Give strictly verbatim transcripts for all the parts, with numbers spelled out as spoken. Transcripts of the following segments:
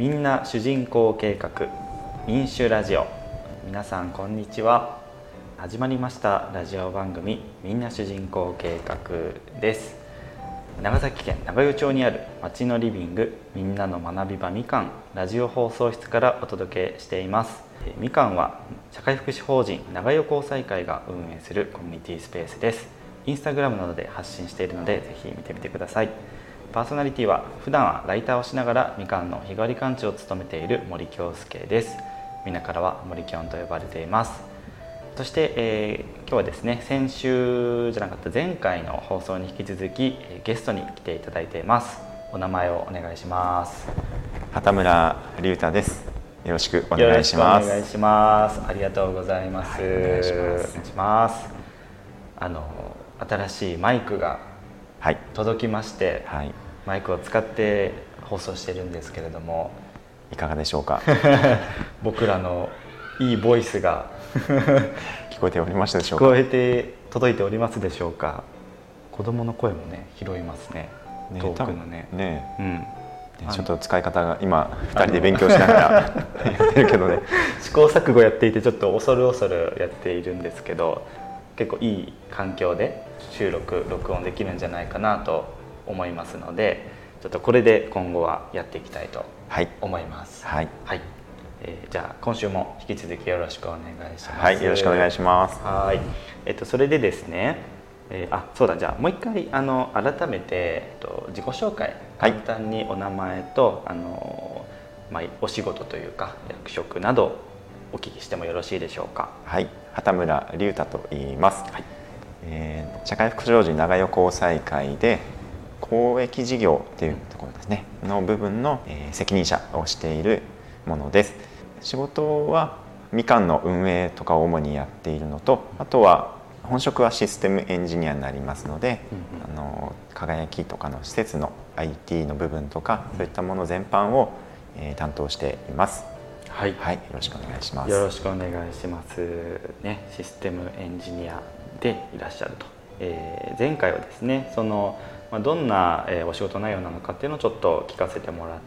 みんな主人公計画民主ラジオ。皆さんこんにちは。始まりましたラジオ番組みんな主人公計画です。長崎県長与町にある町のリビングみんなの学び場みかんラジオ放送室からお届けしています。みかんは社会福祉法人長与交際会が運営するコミュニティスペースです。インスタグラムなどで発信しているのでぜひ見てみてください。パーソナリティは普段はライターをしながらみかんの日替わり館長を務めている森京介です。みんなからは森きょんと呼ばれています。そして、えー、今日はですね、先週じゃなかった前回の放送に引き続きゲストに来ていただいています。お名前をお願いします。 畑村隆太です。よろしくお願いします。 よろしくお願いします。ありがとうございます。 はい、お願いします。 お願いします。あの新しいマイクが届きまして、はい、マイクを使って放送してるんですけれども、 いかがでしょうか。 僕らのいいボイスが聞こえておりましたでしょうか。 聞こえて届いておりますでしょうか。子供の声もね拾いますね。ね、遠くのね。 ね、 うん。 ちょっと使い方が今ふたりで勉強しながらやってるけどね。 試行錯誤やっていてちょっと恐る恐るやっているんですけど、結構いい環境で収録録音できるんじゃないかなと思いますので、ちょっとこれで今後はやっていきたいと思います。 はい。 はい。えー、じゃあ今週も引き続きよろしくお願いします。 はい、よろしくお願いします。 はい。えっとそれでですね、えー、あ、そうだ、じゃあもう一回あの改めて、えっと、自己紹介簡単にお名前と、はい、あのまあお仕事というか役職などお聞きしてもよろしいでしょうか。 はい、畑村隆太と言います。はい。えー、社会福祉法人長与交際会で公益事業っていうところですね、うん、の部分の、えー、責任者をしているものです。仕事はみかんの運営とかを主にやっているのと、あとは本職はシステムエンジニアになりますので、うんうん、あの輝きとかの施設の アイティー の部分とか、うん、そういったもの全般を、えー、担当しています。 はい、はい、よろしくお願いします。 よろしくお願いします。ね、システムエンジニアでいらっしゃると。えー、前回はですね、その、まあ、どんな、えー、お仕事内容なのかっていうのをちょっと聞かせてもらって、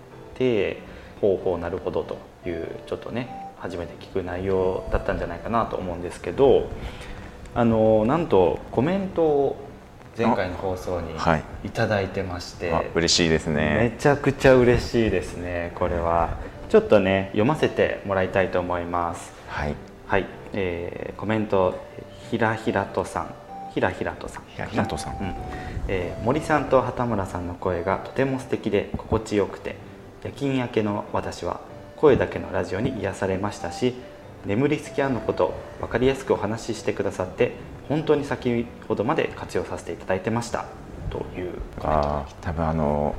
ほうほうなるほどというちょっとね初めて聞く内容だったんじゃないかなと思うんですけど、あのなんとコメントを前回の放送にいただいてまして、 はい、嬉しいですね。 めちゃくちゃ嬉しいですね。これはちょっとね読ませてもらいたいと思います。 はい、 はい、えー、コメントひらひらとさんひらひらとさんひらひらとさん、 うんえー、森さんと畑村さんの声がとても素敵で心地よくて、夜勤明けの私は声だけのラジオに癒されましたし、眠りスキャンのこと分かりやすくお話ししてくださって本当に先ほどまで活用させていただいてましたというコメント。 あ、多分あの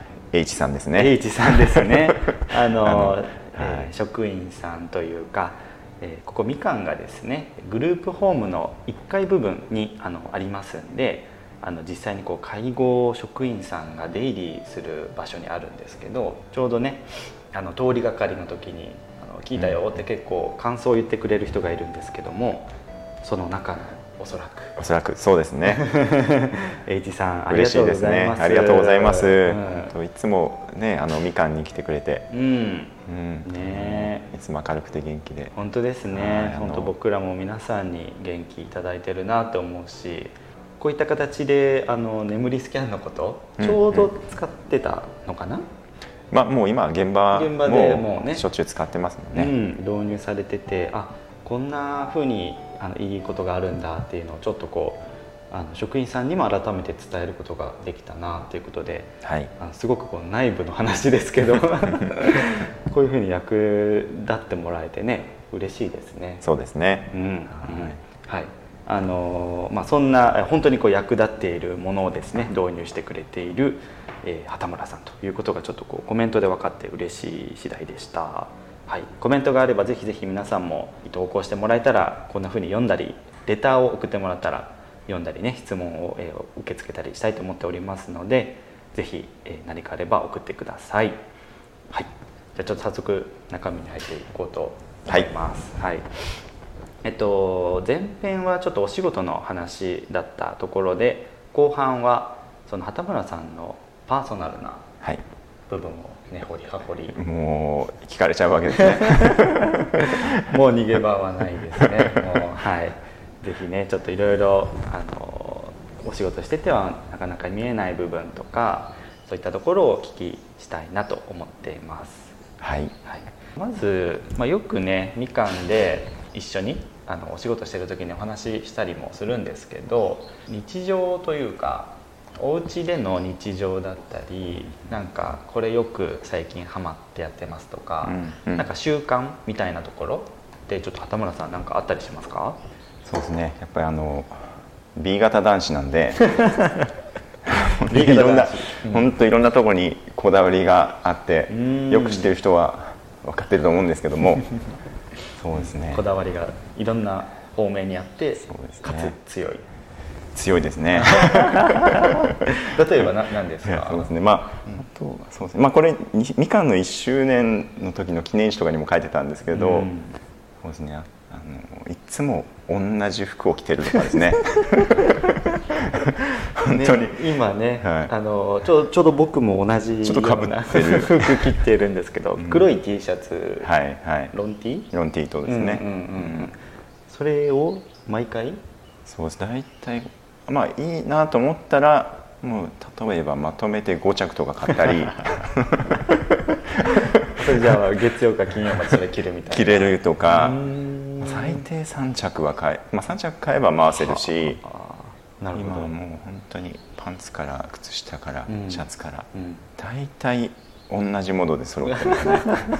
H さんですね。 H さんですね。あのあの、えー、職員さんというか、えー、ここみかんがですねグループホームのいっかい部分に あのありますんで、あの実際にこう介護職員さんが出入りする場所にあるんですけど、ちょうどねあの通りがかりの時にあの聞いたよって結構感想を言ってくれる人がいるんですけども、その中のおそらくおそらくそうですね。 H さんありがとうございます。 ありがとうございます。うん、いつもねあのみかんに来てくれて、 うん、うん、ね、 いつも明るくて元気で。 本当ですね。本当僕らも皆さんに元気いただいてるなと思うし、こういった形であの眠りスキャンのことちょうど使ってたのかな。うんうん、 まあ、もう今現場現場でもうねしょっちゅう使ってますもんね。うん、 導入されてて、あ、こんな風にあのいいことがあるんだっていうのをちょっとこうあの職員さんにも改めて伝えることができたなということで、はい、あのすごくこう内部の話ですけどこういう風に役立ってもらえてね嬉しいですね。 そうですね。うん、はい、 はい、あのまあ、そんな本当にこう役立っているものをですね導入してくれている、えー、畑村さんということがちょっとこうコメントで分かって嬉しい次第でした。はい、コメントがあればぜひぜひ皆さんも投稿してもらえたらこんな風に読んだり、レターを送ってもらったら読んだりね質問を、えー、受け付けたりしたいと思っておりますので、ぜひ、えー、何かあれば送ってください。はい、じゃあちょっと早速中身に入っていこうと思います。はい、はい、えっと、前編はちょっとお仕事の話だったところで、後半はその畑村さんのパーソナルな部分を根掘り葉掘りもう聞かれちゃうわけですねもう逃げ場はないですねもう、はい、ぜひねちょっといろいろあのお仕事しててはなかなか見えない部分とかそういったところをお聞きしたいなと思っています。 はい、はい、 まず、まあ、よくねみかんで一緒にあのお仕事してる時にお話ししたりもするんですけど、日常というかお家での日常だったり、なんかこれよく最近ハマってやってますとか、うんうん、なんか習慣みたいなところでちょっと畑村さんなんかあったりしますか？ そうですね、やっぱりあの B 型男子なんでいろんな、うん、本当いろんなところにこだわりがあって、よく知ってる人は分かってると思うんですけどもそうですね、 こだわりがいろんな方面にあって、そうですね、かつ強い強いですね例えばな何ですか？ そうですね、まあ、うん、あとそうですね、まあ、これみかんのいっしゅうねんの時の記念誌とかにも書いてたんですけど、うん、そうですね、あのいつも同じ服を着てるとかですね本当に、 ね、今ね、はい、あのちょ、ちょうど僕も同じちょっとかぶってる服着てるんですけど、うん、黒い T シャツ、 はいはい、 ロン T？ ロン T とですね、 それを毎回？ そうです、大体まあいいなと思ったらもう例えばまとめてご着とか買ったりそれじゃあ月曜か金曜までそれ着るみたいな着れるとか、最低さん着は買え、まあ、さん着買えば回せるし、なるほど、今はもう本当にパンツから靴下から、うん、シャツから、うん、大体同じモードで揃ってますね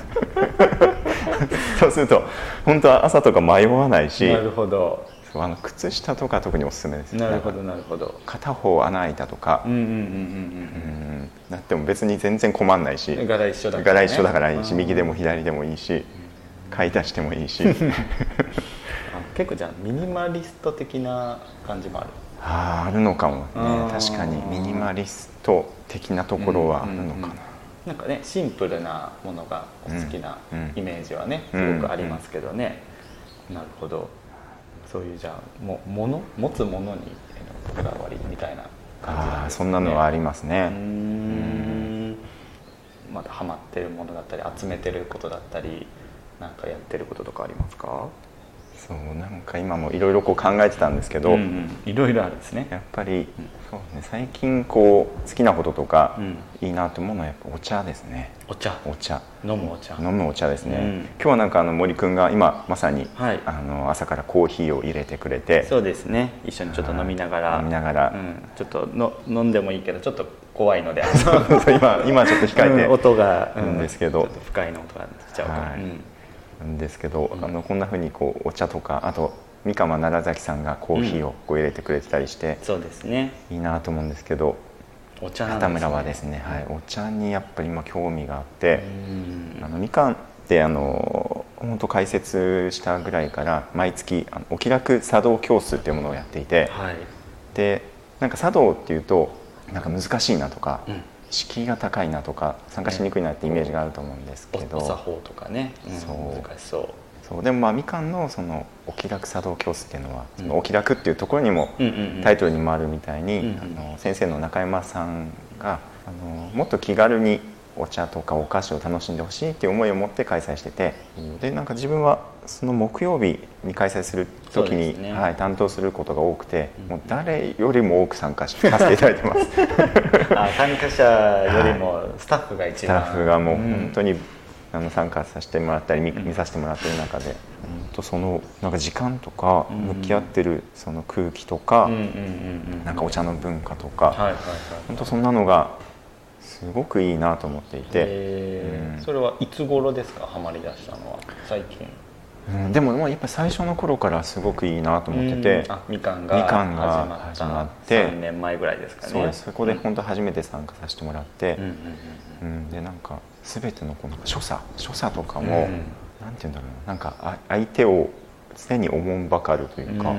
そうすると本当は朝とか迷わないし、 なるほど、 あの靴下とか特におすすめです。 なるほどなるほど。 片方穴開いたとかなっても別に全然困んないし、 柄一緒だから、 ね、柄一緒だからいいし、右でも左でもいいし、買い足してもいいし結構じゃあミニマリスト的な感じもある？ あ, あるのかもね、確かにミニマリスト的なところはあるのかな、うんうんうん、 なんかねシンプルなものが好きなイメージはね、うん、すごくありますけどね、うんうん、なるほど。そういうじゃあも物持つものにこだわりみたいな感じなんですね。 あ、そんなのはありますね。うーん、 うん、まだハマってるものだったり集めてることだったりなんかやってることとかありますか？ そうなんか今もいろいろ考えてたんですけど、 いろいろあるんですね。 やっぱり、うん、そうね、最近こう好きなこととか、うん、いいなと思うのはやっぱお茶ですね。 お茶お茶飲むお茶飲むお茶ですね、うん、今日はなんかあの森くんが今まさに、はい、あの朝からコーヒーを入れてくれて、 そうですね、一緒にちょっと飲みながら飲みながら、 うん、ちょっとの飲んでもいいけどちょっと怖いので今今ちょっと控えて、 うん、音が、 うん、ですけど、 ちょっと不快な音がしちゃうから、はい、 うん、ですけど、うん、あのこんな風にこうお茶とか、あと三釜奈良崎さんがコーヒーをこう入れてくれてたりして、 うん、そうですね、 いいなと思うんですけど、 お茶なんですね。 畑村はですね、はい、お茶にやっぱり今興味があって、あのみかんってあの本当開設したぐらいから毎月あのお気楽茶道教室っていうものをやっていて、はい、でなんか茶道っていうとなんか難しいなとか、うん、敷居が高いなとか参加しにくいなってイメージがあると思うんですけど、 お作法とかね、うん、そう難しそう。 そうでもまあみかんのそのお気楽茶道教室っていうのは、うん、そのお気楽っていうところにも、うんうんうん、タイトルにもあるみたいに、うんうん、あの先生の中山さんがあのもっと気軽にお茶とかお菓子を楽しんでほしいっていう思いを持って開催してて、でなんか自分はその木曜日に開催する時に、ね、はい、担当することが多くて、うん、もう誰よりも多く参加させていただいてますあ、参加者よりもスタッフが一番、 はい、スタッフがもう本当に、うん、あの参加させてもらったり 見, 見させてもらってる中で、うん、とそのなんか時間とか向き合ってるその空気とか、なんかお茶の文化とか、はいはいはい、本当そんなのがすごくいいなと思っていて、 うん、それはいつ頃ですか、ハマりだしたのは？最近？ うん、でもやっぱり最初の頃からすごくいいなと思ってて、 あ、みかんが始まってさんねんまえぐらいですかね。 そうです、そこで本当初めて参加させてもらって、うん、でなんか全てのこの所作所作とかも、うん、なんて言うんだろう、なんか相手を常におもんばかるというか、うん、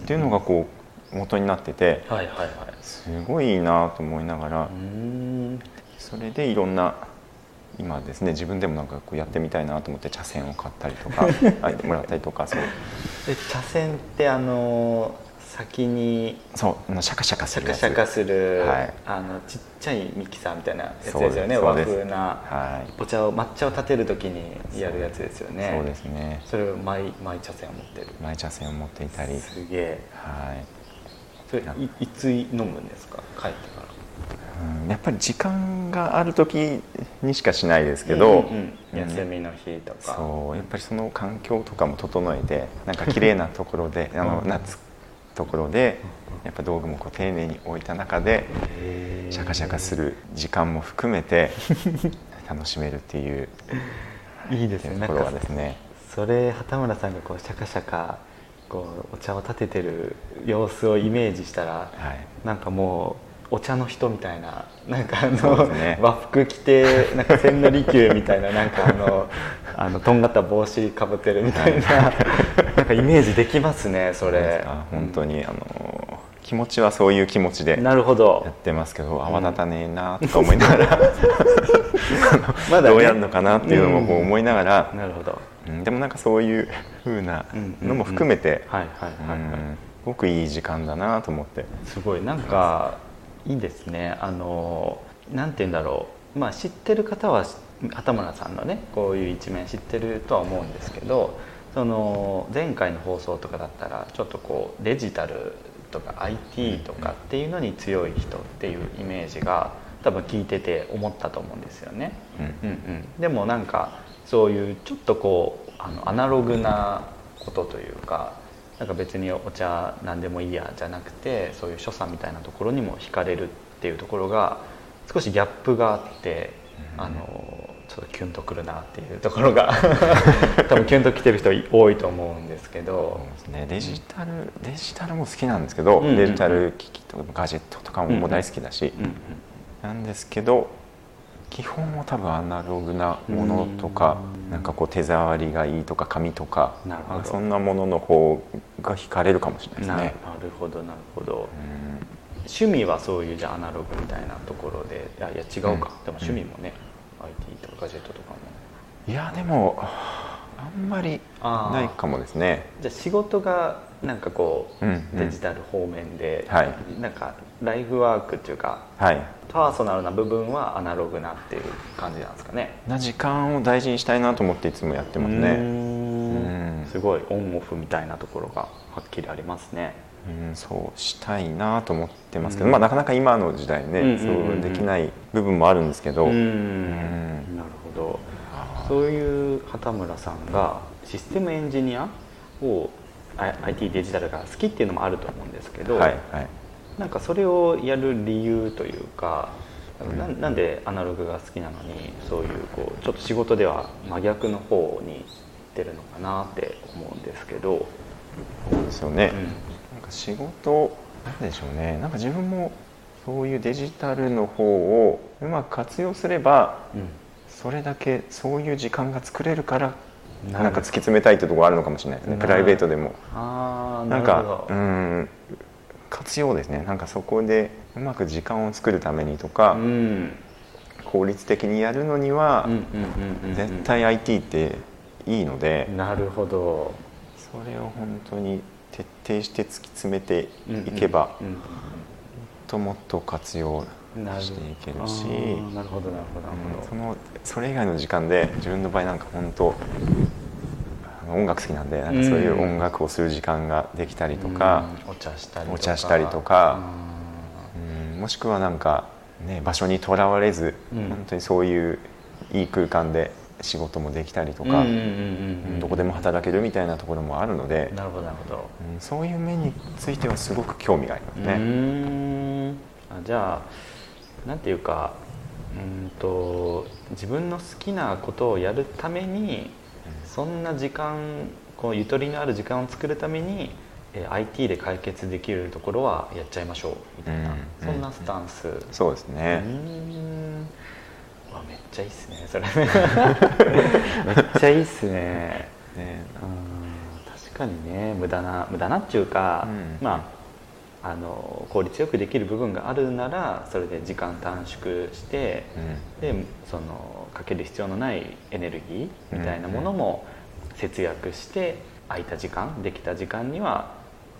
っていうのがこう元になってて、はいはいはい、すごいいいなと思いながら、うん、それでいろんな今ですね、自分でもなんかこうやってみたいなと思って茶筅を買ったりとかあげてもらったりとか。そうで茶筅ってあの先にそうシャカシャカするやつシャカシャカする、 はい、 あのちっちゃいミキサーみたいなやつですよね。和風な、はい、お茶を抹茶を立てるときにやるやつですよね。 そうですね。 それをマイマイ茶筅を持ってるマイ茶筅を持っていたり、 すげえ、 はい、 それ い, いつ飲むんですか、帰ってから。 うん、やっぱり時間がある時にしかしないですけど、 うんうん、休みの日とか、 そうやっぱりその環境とかも整えて、なんか綺麗なところであの夏ところでやっぱ道具もこう丁寧に置いた中でシャカシャカする時間も含めて楽しめるっていういいですね。 ところはですね、 それ畑村さんがこうシャカシャカこうお茶を立ててる様子をイメージしたら、はい、なんかもうお茶の人みたいな、なんかあの、ね、和服着てなんか千利休みたいな、なんかあのあのとんがった帽子かぶってるみたいな、なんかイメージできますね。それ本当にあの気持ちはそういう気持ちでやってますけど、泡立たねえなとか思いながら、まだどうやるのかなっていうのもこう思いながら、 なるほど、 うん、でもなんかそういう風なのも含めてすごくいい時間だなと思って。 すごいなんかいいですね。あのなんて言うんだろう、まあ、知ってる方は畑村さんのねこういう一面知ってるとは思うんですけど、その前回の放送とかだったらちょっとこうデジタルとか アイティー とかっていうのに強い人っていうイメージが多分聞いてて思ったと思うんですよね、うんうんうん、でもなんかそういうちょっとこうあのアナログなことというか、なんか別にお茶何でもいいやじゃなくて、そういう所作みたいなところにも惹かれるっていうところが少しギャップがあって、うん、あのちょっとキュンとくるなっていうところが多分キュンときてる人多いと思うんですけど、 そうですね、デジタルデジタルも好きなんですけど、うんうんうん、デジタル機器とかガジェットとかも大好きだし、うんうんうん、なんですけど基本は多分アナログなものとか、んなんかこう手触りがいいとか紙とか、そんなものの方が惹かれるかもしれないですね。なるほどなるほど。趣味はそういうじゃアナログみたいなところで、いやいや違うか、うん、でも趣味もね、うん、アイティー とかガジェットとかも。 いやでもあんまりないかもですね。 じゃあ仕事がなんかこう、うんうん、デジタル方面で、はい、なんかライフワークっていうか、はい、パーソナルな部分はアナログなっていう感じなんですかね。 な時間を大事にしたいなと思っていつもやってますね。 うんすごいオンオフみたいなところがはっきりありますね。 うんそうしたいなと思ってますけど、まあ、なかなか今の時代ね、そうできない部分もあるんですけど。うんうんなるほど。そういう畑村さんがシステムエンジニアを アイティー デジタルが好きっていうのもあると思うんですけど、はいはい、なんかそれをやる理由というか、な, なんでアナログが好きなのにそういうこうちょっと仕事では真逆の方に出るのかなって思うんですけど。 そうですよね、うん、なんか仕事なんでしょうね、なんか自分もそういうデジタルの方をうまく活用すれば、うん、それだけそういう時間が作れるからなんか突き詰めたいってところがあるのかもしれないですね。プライベートでもあなんかうん活用ですね。なんかそこでうまく時間を作るためにとか、うん、効率的にやるのには絶対 アイティー っていいので、 なるほど、 それを本当に徹底して突き詰めていけば、うんうんうん、もっともっと活用していけるし、 なるほどなるほどなるほど、 そのそれ以外の時間で自分の場合なんか本当音楽好きなんで、なんかそういう音楽をする時間ができたりとか、 うん、お茶したりとか、 お茶したりとか、うん、もしくはなんか、ね、場所にとらわれず、うん、本当にそういういい空間で仕事もできたりとか、どこでも働けるみたいなところもあるので、 なるほどなるほど、 うん、そういう面についてはすごく興味がありますね。うーんあじゃあなんていうか、うんと自分の好きなことをやるために、そんな時間こうゆとりのある時間を作るために アイティー で解決できるところはやっちゃいましょうみたいな、うん、そんなスタンス、うん、 そうですね。 うんわめっちゃいいっすねそれめっちゃいいっすね。ねうん確かにね、無駄な無駄なっていうか、うん、まああの効率よくできる部分があるならそれで時間短縮して、うん、でそのかける必要のないエネルギーみたいなものも節約して、空いた時間できた時間には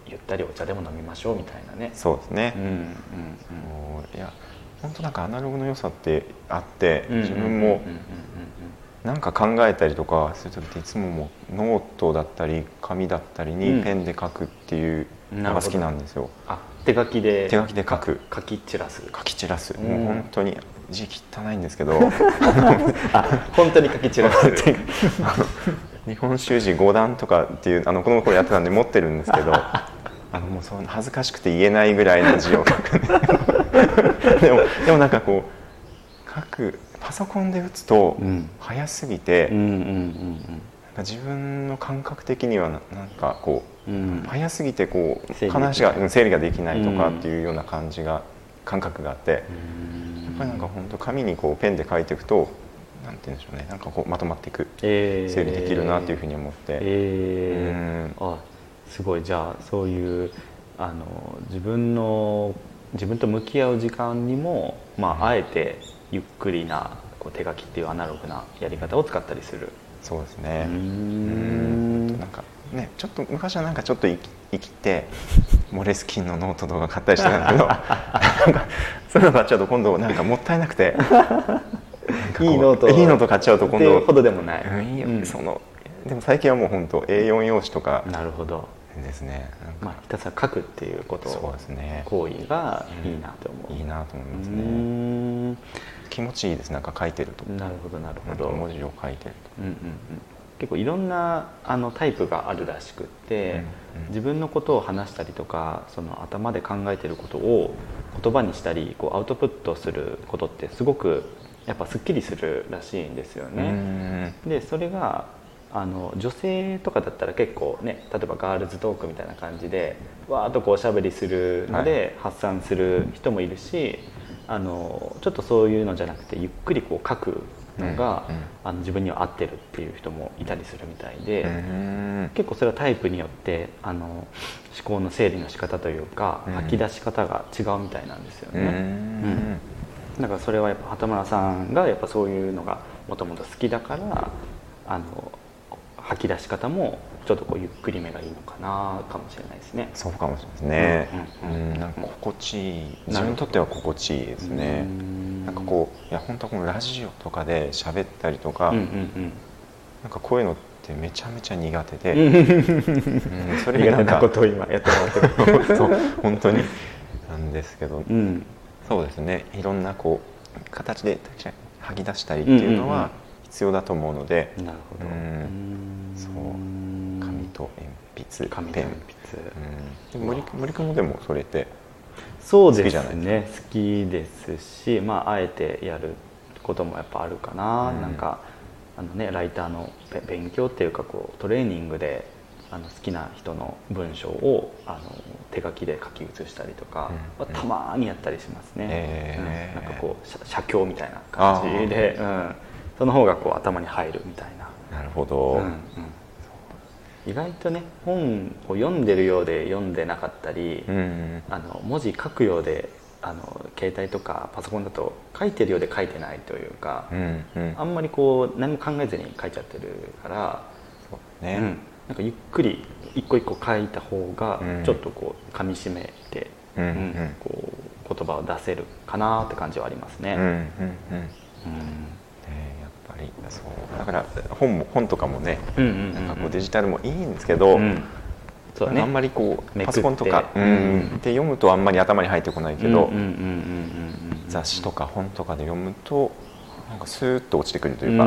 ゆったりお茶でも飲みましょうみたいなね。 そうですね、 うんうんうん、 いや本当なんかアナログの良さってあって、 うんうんうんうん、 自分もなんか考えたりとかする時っていつももうノートだったり紙だったりにペンで書くっていうのが好きなんですよ、うん、 あ、手書きで手書きで書く、 書き散らす書き散らす、うん、もう本当に字汚いんですけどあ、本当に書き散らす日本習字五段とかっていうあの子供の頃やってたんで持ってるんですけどあのもうその恥ずかしくて言えないぐらいの字を書くでもでもなんかこう書くパソコンで打つと早すぎて、自分の感覚的にはなんかこう、うん、早すぎてこう話が整理ができないとかっていうような感じが、感覚があって、やっぱりなんか本当紙にこうペンで書いていくとなんて言うんでしょうね、なんかこうまとまっていく、えー、整理できるなっていうふうに思って、 えー、うん、あ、すごい。じゃあそういうあの自分の自分と向き合う時間にも、まあ、あえてゆっくりなこう手書きっていうアナログなやり方を使ったりする。 そうですね。うーん、なんかね、ちょっと昔はなんかちょっと生き、生きてモレスキンのノートとか買ったりしてたんだけどなんかそういうの買っちゃうと今度なんかもったいなくていいノートいいノート買っちゃうと今度っていうほどでもない、 うん、いいよ、うん、そのでも最近はもう本当 エーよん 用紙とか。 なるほどですね。 まあ、ひたすら書くっていうこと、そうですね、行為がいいなと思う、 うん、いいなと思いますね。うーん、気持ちいいです。なんか書いてると。 なるほどなるほど。 文字を書いてると、うんうんうん、 結構いろんなあのタイプがあるらしくって、うんうん、自分のことを話したりとか、その頭で考えてることを言葉にしたりこうアウトプットすることってすごくやっぱすっきりするらしいんですよね。でそれがあの女性とかだったら結構ね、例えばガールズトークみたいな感じでわーっとこうおしゃべりするので発散する人もいるし、はい、あのちょっとそういうのじゃなくてゆっくりこう書くのが、うんうん、あの自分には合ってるっていう人もいたりするみたいで、うん、結構それはタイプによってあの思考の整理の仕方というか、うん、吐き出し方が違うみたいなんですよね。うんうん、だからそれはやっぱ畑村さんがやっぱそういうのがもともと好きだからあの吐き出し方もちょっとこうゆっくりめがいいのかなかもしれないですね。 そうかもしれないですね。うんうんうん、なんか心地いい、自分にとっては心地いいですね。んなんかこういや本当このラジオとかで喋ったりとか、うんうんうん、なんかこういうのってめちゃめちゃ苦手で、うん、それがなんか苦手なことを今やってもらってるそう本当になんですけど、うん、そうですね。いろんなこう形で吐き出したりっていうのは、うんうんうん、必要だと思うので、なるほど、うん、そう紙と鉛筆、紙と鉛筆、うん、森森君もでもそれって好きじゃないですか。そうですね、 好きですし、まああえてやることもやっぱあるかな、うん、なんかあのねライターの勉強っていうかこうトレーニングであの好きな人の文章をあの手書きで書き写したりとか、うん、たまにやったりしますね。えーうん、なんかこう写経みたいな感じで、うん、その方がこう頭に入るみたいな。 なるほど、うんうん、 意外とね本を読んでるようで読んでなかったり、うんうん、あの文字書くようであの携帯とかパソコンだと書いてるようで書いてないというか、うんうん、あんまりこう何も考えずに書いちゃってるから、そうね、うん、なんかゆっくり一個一個書いた方がちょっとこう噛み締めて、うんうん、こう言葉を出せるかなって感じはありますね。うんうんうんうんそうだから本も本とかもね、うんうんうんうん、なんかこうデジタルもいいんですけど、うん、そうね、あんまりこうパソコンとか、うん、で読むとあんまり頭に入ってこないけど、雑誌とか本とかで読むとなんかスーッと落ちてくるというか、うん、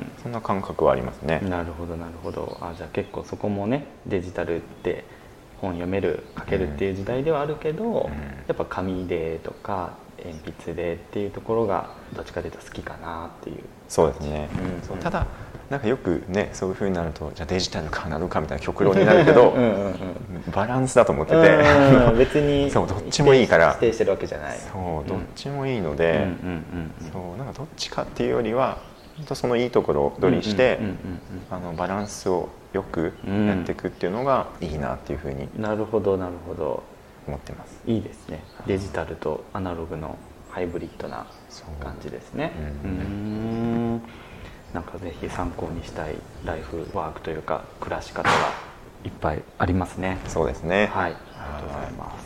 そんな感覚はありますね。 なるほどなるほど。あ、じゃあ結構そこもねデジタルって本読める書けるっていう時代ではあるけど、うん、やっぱ紙でとか鉛筆でっていうところがどっちかというと好きかなっていう。 そうですね、うん、ただなんかよくねそういう風になるとじゃあデジタルかアナログかみたいな極論になるけどうんうん、うん、バランスだと思ってて、うん、 別にそうどっちもいいから否定してるわけじゃない。 そうどっちもいいので、そうなんかどっちかっていうよりは本当そのいいところを取りしてバランスをよくやっていくっていうのがいいなっていう風に、 うん、なるほどなるほど思ってます。 いいですね。デジタルとアナログのハイブリッドな感じですね。うーん、なんかぜひ参考にしたいライフワークというか暮らし方がいっぱいありますね。 そうですね。 はい、ありがとうございます。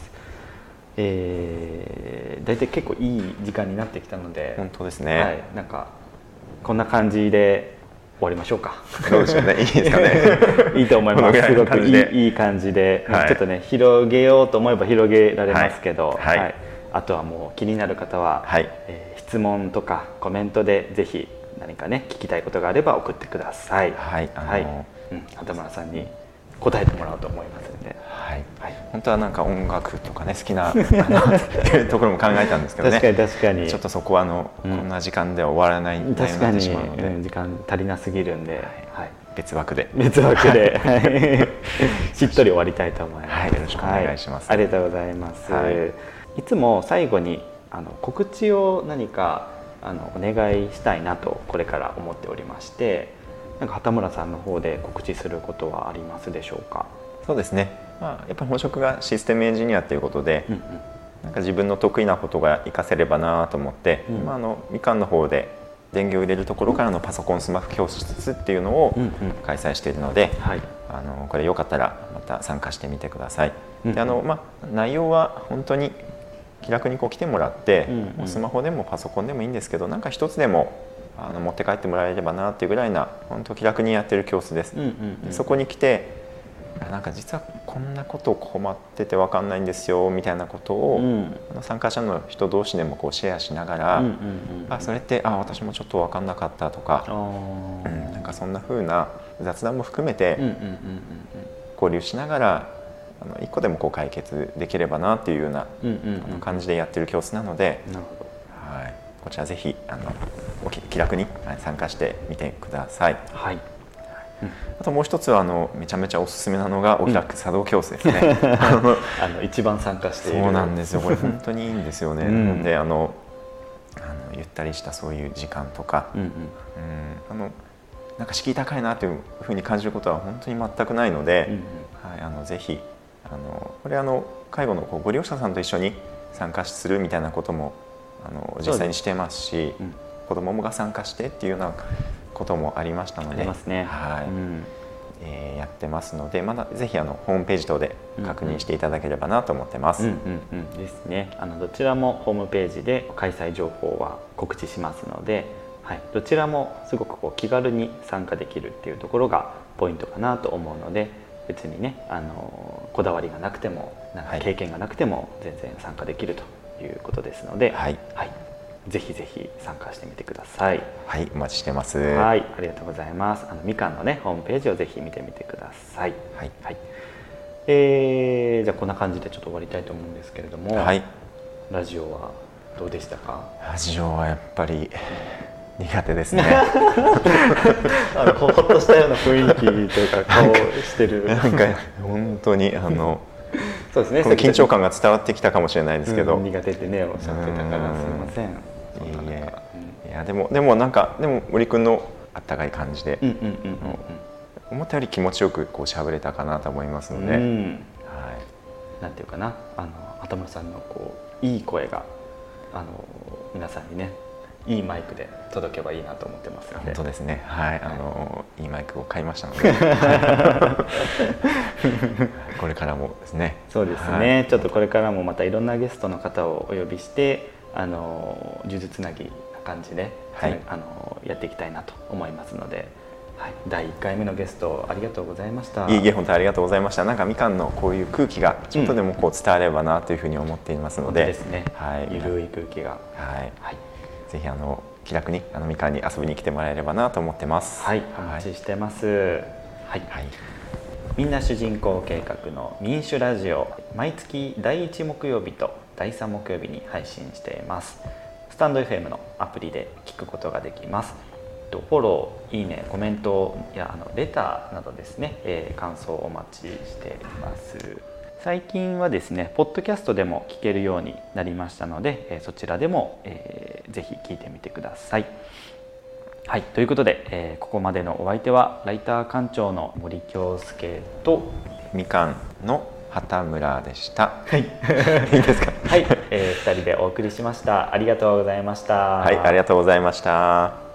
えー、だいたい結構いい時間になってきたので、 本当ですね。 はい、なんかこんな感じで終わりましょうか。 どうでしょうね。いいですかね。 いいと思います。すごくいい、いい感じで、はい、ちょっとね広げようと思えば広げられますけど、はいはい、あとはもう気になる方は、はい、えー、質問とかコメントでぜひ何かね聞きたいことがあれば送ってください。はい、あのーはい、うん、畑村さんに答えてもらおうと思いますので、 はいはい、本当はなんか音楽とかね好きなっていうところも考えたんですけどね。 確かに確かに。ちょっとそこはあの、うん、こんな時間では終わらない内容になってしまうので、 確かに時間足りなすぎるんで、はいはい、別枠で別枠でしっとり終わりたいと思います。 はい、よろしくお願いします。 はい、ありがとうございます。はい、いつも最後にあの告知を何かあのお願いしたいなとこれから思っておりまして。なんか畑村さんの方で告知することはありますでしょうか。 そうですね、まあ、やっぱり本職がシステムエンジニアということで、うんうん、なんか自分の得意なことが活かせればなと思って、うん、今あのみかんの方で電源を入れるところからのパソコンスマホ教室っていうのを開催しているので、うんうん、はい、あのこれよかったらまた参加してみてください。うんうん、であのまあ、内容は本当に気楽にこう来てもらって、うんうん、スマホでもパソコンでもいいんですけど、なんか一つでもあの持って帰ってもらえればなっていうぐらいな本当気楽にやってる教室です。うんうんうん、そこに来てなんか実はこんなこと困ってて分かんないんですよみたいなことを、うん、参加者の人同士でもこうシェアしながら、うんうんうん、あそれってあ私もちょっと分かんなかったとか、うん、なんかそんな風な雑談も含めて交流しながらあの一個でもこう解決できればなっていうような、うんうんうん、感じでやってる教室なので、なるほど、はい、こちらぜひあの気楽に参加してみてください。はい、うん、あともう一つはあのめちゃめちゃおすすめなのがお開く茶道教室ですね。うん、 あの一番参加している。 そうなんですよ。これ本当にいいんですよね。うん、なのであのあのゆったりしたそういう時間とか、うんうん、うんあのなんか敷居高いなというふうに感じることは本当に全くないので、うんうん、はい、あのぜひあのこれあの介護のこうご利用者さんと一緒に参加するみたいなこともあの実際にしてますし、うん、子どもが参加してっていうようなこともありましたので、ありますね、はい、うん、えー、やってますので、まだぜひあのホームページ等で確認していただければなと思ってます。うんうんうん、ですね。あのどちらもホームページで開催情報は告知しますので、はい、どちらもすごくこう気軽に参加できるっていうところがポイントかなと思うので、別にねあのこだわりがなくてもなんか経験がなくても全然参加できるということですので、はいはい、ぜひぜひ参加してみてください。 はい、お待ちしてます。 はい、ありがとうございます。あのみかんのねホームページをぜひ見てみてください。はい、はい、えー、じゃあこんな感じでちょっと終わりたいと思うんですけれども、はい、ラジオはどうでしたか？ ラジオはやっぱり苦手ですね。 あのほっとしたような雰囲気というか顔してる。 なんか本当にあのそうですね。この緊張感が伝わってきたかもしれないですけど、 うん、苦手ってねおっしゃってたからすみません。いいえ、 いやでもでもなんかでも森くんのあったかい感じで、思ったより気持ちよくこう喋れたかなと思いますので、うん、はい。 なんていうかな、あの畑村さんのこういい声があの皆さんにね。いいマイクで届けばいいなと思ってますので。 本当ですね。はい、あのいいマイクを買いましたので、これからもですね。 そうですね。はい、ちょっとこれからもまたいろんなゲストの方をお呼びして、あの呪術つなぎな感じで、はい、あのやっていきたいなと思いますので。はい、だいいっかいめのゲストありがとうございました。 いいえ、本当にありがとうございました。なんかみかんのこういう空気がちょっとでもこう伝わればなというふうに思っていますので、 うん、ですね。はい、ゆるい空気が。はい。はい。 ぜひあの気楽にあのみかんに遊びに来てもらえればなと思ってます。 はい、お待ちしてます。はい。はい、みんな主人公計画の民主ラジオ、毎月だいいち木曜日とだいさん木曜日に配信しています。スタンド エフエム のアプリで聞くことができます。フォロー、いいね、コメントやあのレターなどですね、えー、感想をお待ちしています。最近はですね、ポッドキャストでも聞けるようになりましたので、えー、そちらでも、えー、ぜひ聞いてみてください。はい、ということで、えー、ここまでのお相手はライター館長の森京介とみかんの畑村でした。 はい、いいですか？はい、えー、ふたりでお送りしました。ありがとうございました。 はい、ありがとうございました。